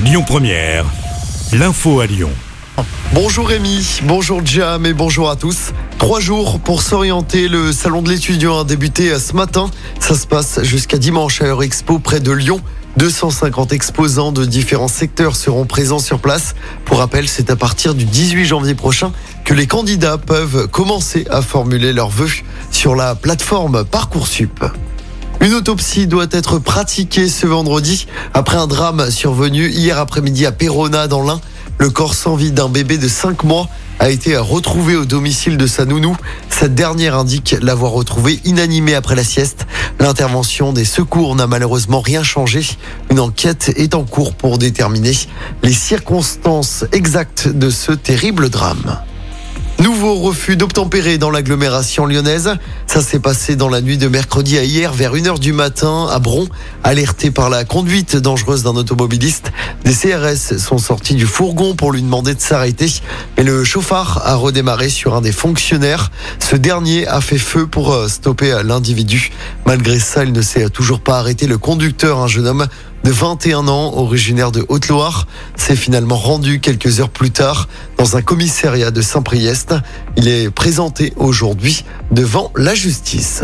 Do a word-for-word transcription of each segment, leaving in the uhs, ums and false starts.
Lyon Première, l'info à Lyon. Bonjour Rémi, bonjour Jam et bonjour à tous. Trois jours pour s'orienter, le salon de l'étudiant a débuté ce matin. Ça se passe jusqu'à dimanche à Eurexpo près de Lyon. deux cent cinquante exposants de différents secteurs seront présents sur place. Pour rappel, c'est à partir du dix-huit janvier prochain que les candidats peuvent commencer à formuler leurs vœux sur la plateforme Parcoursup. Une autopsie doit être pratiquée ce vendredi après un drame survenu hier après-midi à Péronne dans l'Ain. Le corps sans vie d'un bébé de cinq mois a été retrouvé au domicile de sa nounou. Cette dernière indique l'avoir retrouvé inanimé après la sieste. L'intervention des secours n'a malheureusement rien changé. Une enquête est en cours pour déterminer les circonstances exactes de ce terrible drame. Nouveau refus d'obtempérer dans l'agglomération lyonnaise. Ça s'est passé dans la nuit de mercredi à hier vers une heure du matin à Bron. Alerté par la conduite dangereuse d'un automobiliste, des C R S sont sortis du fourgon pour lui demander de s'arrêter. Mais le chauffard a redémarré sur un des fonctionnaires. Ce dernier a fait feu pour stopper l'individu. Malgré ça, il ne s'est toujours pas arrêté. Le conducteur, un jeune homme de vingt et un ans, originaire de Haute-Loire, s'est finalement rendu quelques heures plus tard dans un commissariat de Saint-Priest. Il est présenté aujourd'hui devant la justice.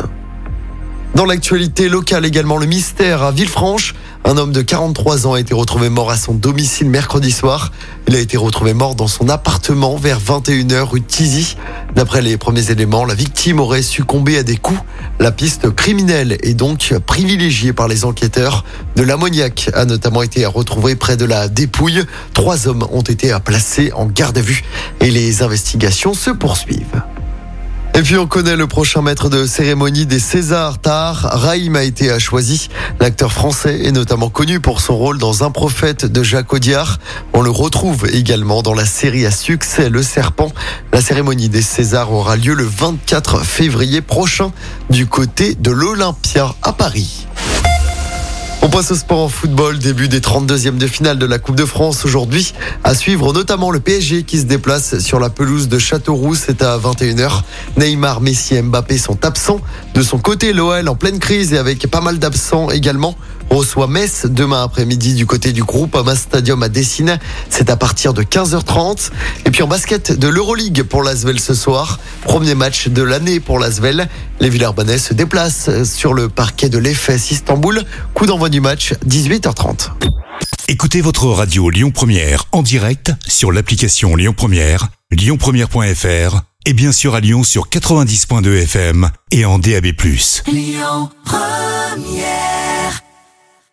Dans l'actualité locale également, le mystère à Villefranche. Un homme de quarante-trois ans a été retrouvé mort à son domicile mercredi soir. Il a été retrouvé mort dans son appartement vers vingt et une heures rue Tizy. D'après les premiers éléments, la victime aurait succombé à des coups. La piste criminelle est donc privilégiée par les enquêteurs. De l'ammoniac a notamment été retrouvé près de la dépouille. Trois hommes ont été placés en garde à vue et les investigations se poursuivent. Et puis on connaît le prochain maître de cérémonie des Césars. Tahar Rahim a été choisi. L'acteur français est notamment connu pour son rôle dans Un prophète de Jacques Audiard. On le retrouve également dans la série à succès Le Serpent. La cérémonie des Césars aura lieu le vingt-quatre février prochain du côté de l'Olympia à Paris. On passe au sport en football, début des trente-deuxièmes de finale de la Coupe de France aujourd'hui. À suivre notamment le P S G qui se déplace sur la pelouse de Châteauroux, c'est à vingt et une heures. Neymar, Messi et Mbappé sont absents. De son côté, l'O L en pleine crise et avec pas mal d'absents également reçoit Metz demain après-midi du côté du Groupama Stadium à Dessines. C'est à partir de quinze heures trente. Et puis en basket de l'Euroleague pour l'Asvel ce soir. Premier match de l'année pour l'Asvel. Les Villeurbanais se déplacent sur le parquet de l'E F S Istanbul. Coup d'envoi du match, dix-huit heures trente. Écoutez votre radio Lyon Première en direct sur l'application Lyon Première, lyon première point f r et bien sûr à Lyon sur quatre-vingt-dix point deux F M et en D A B plus. Lyon Première.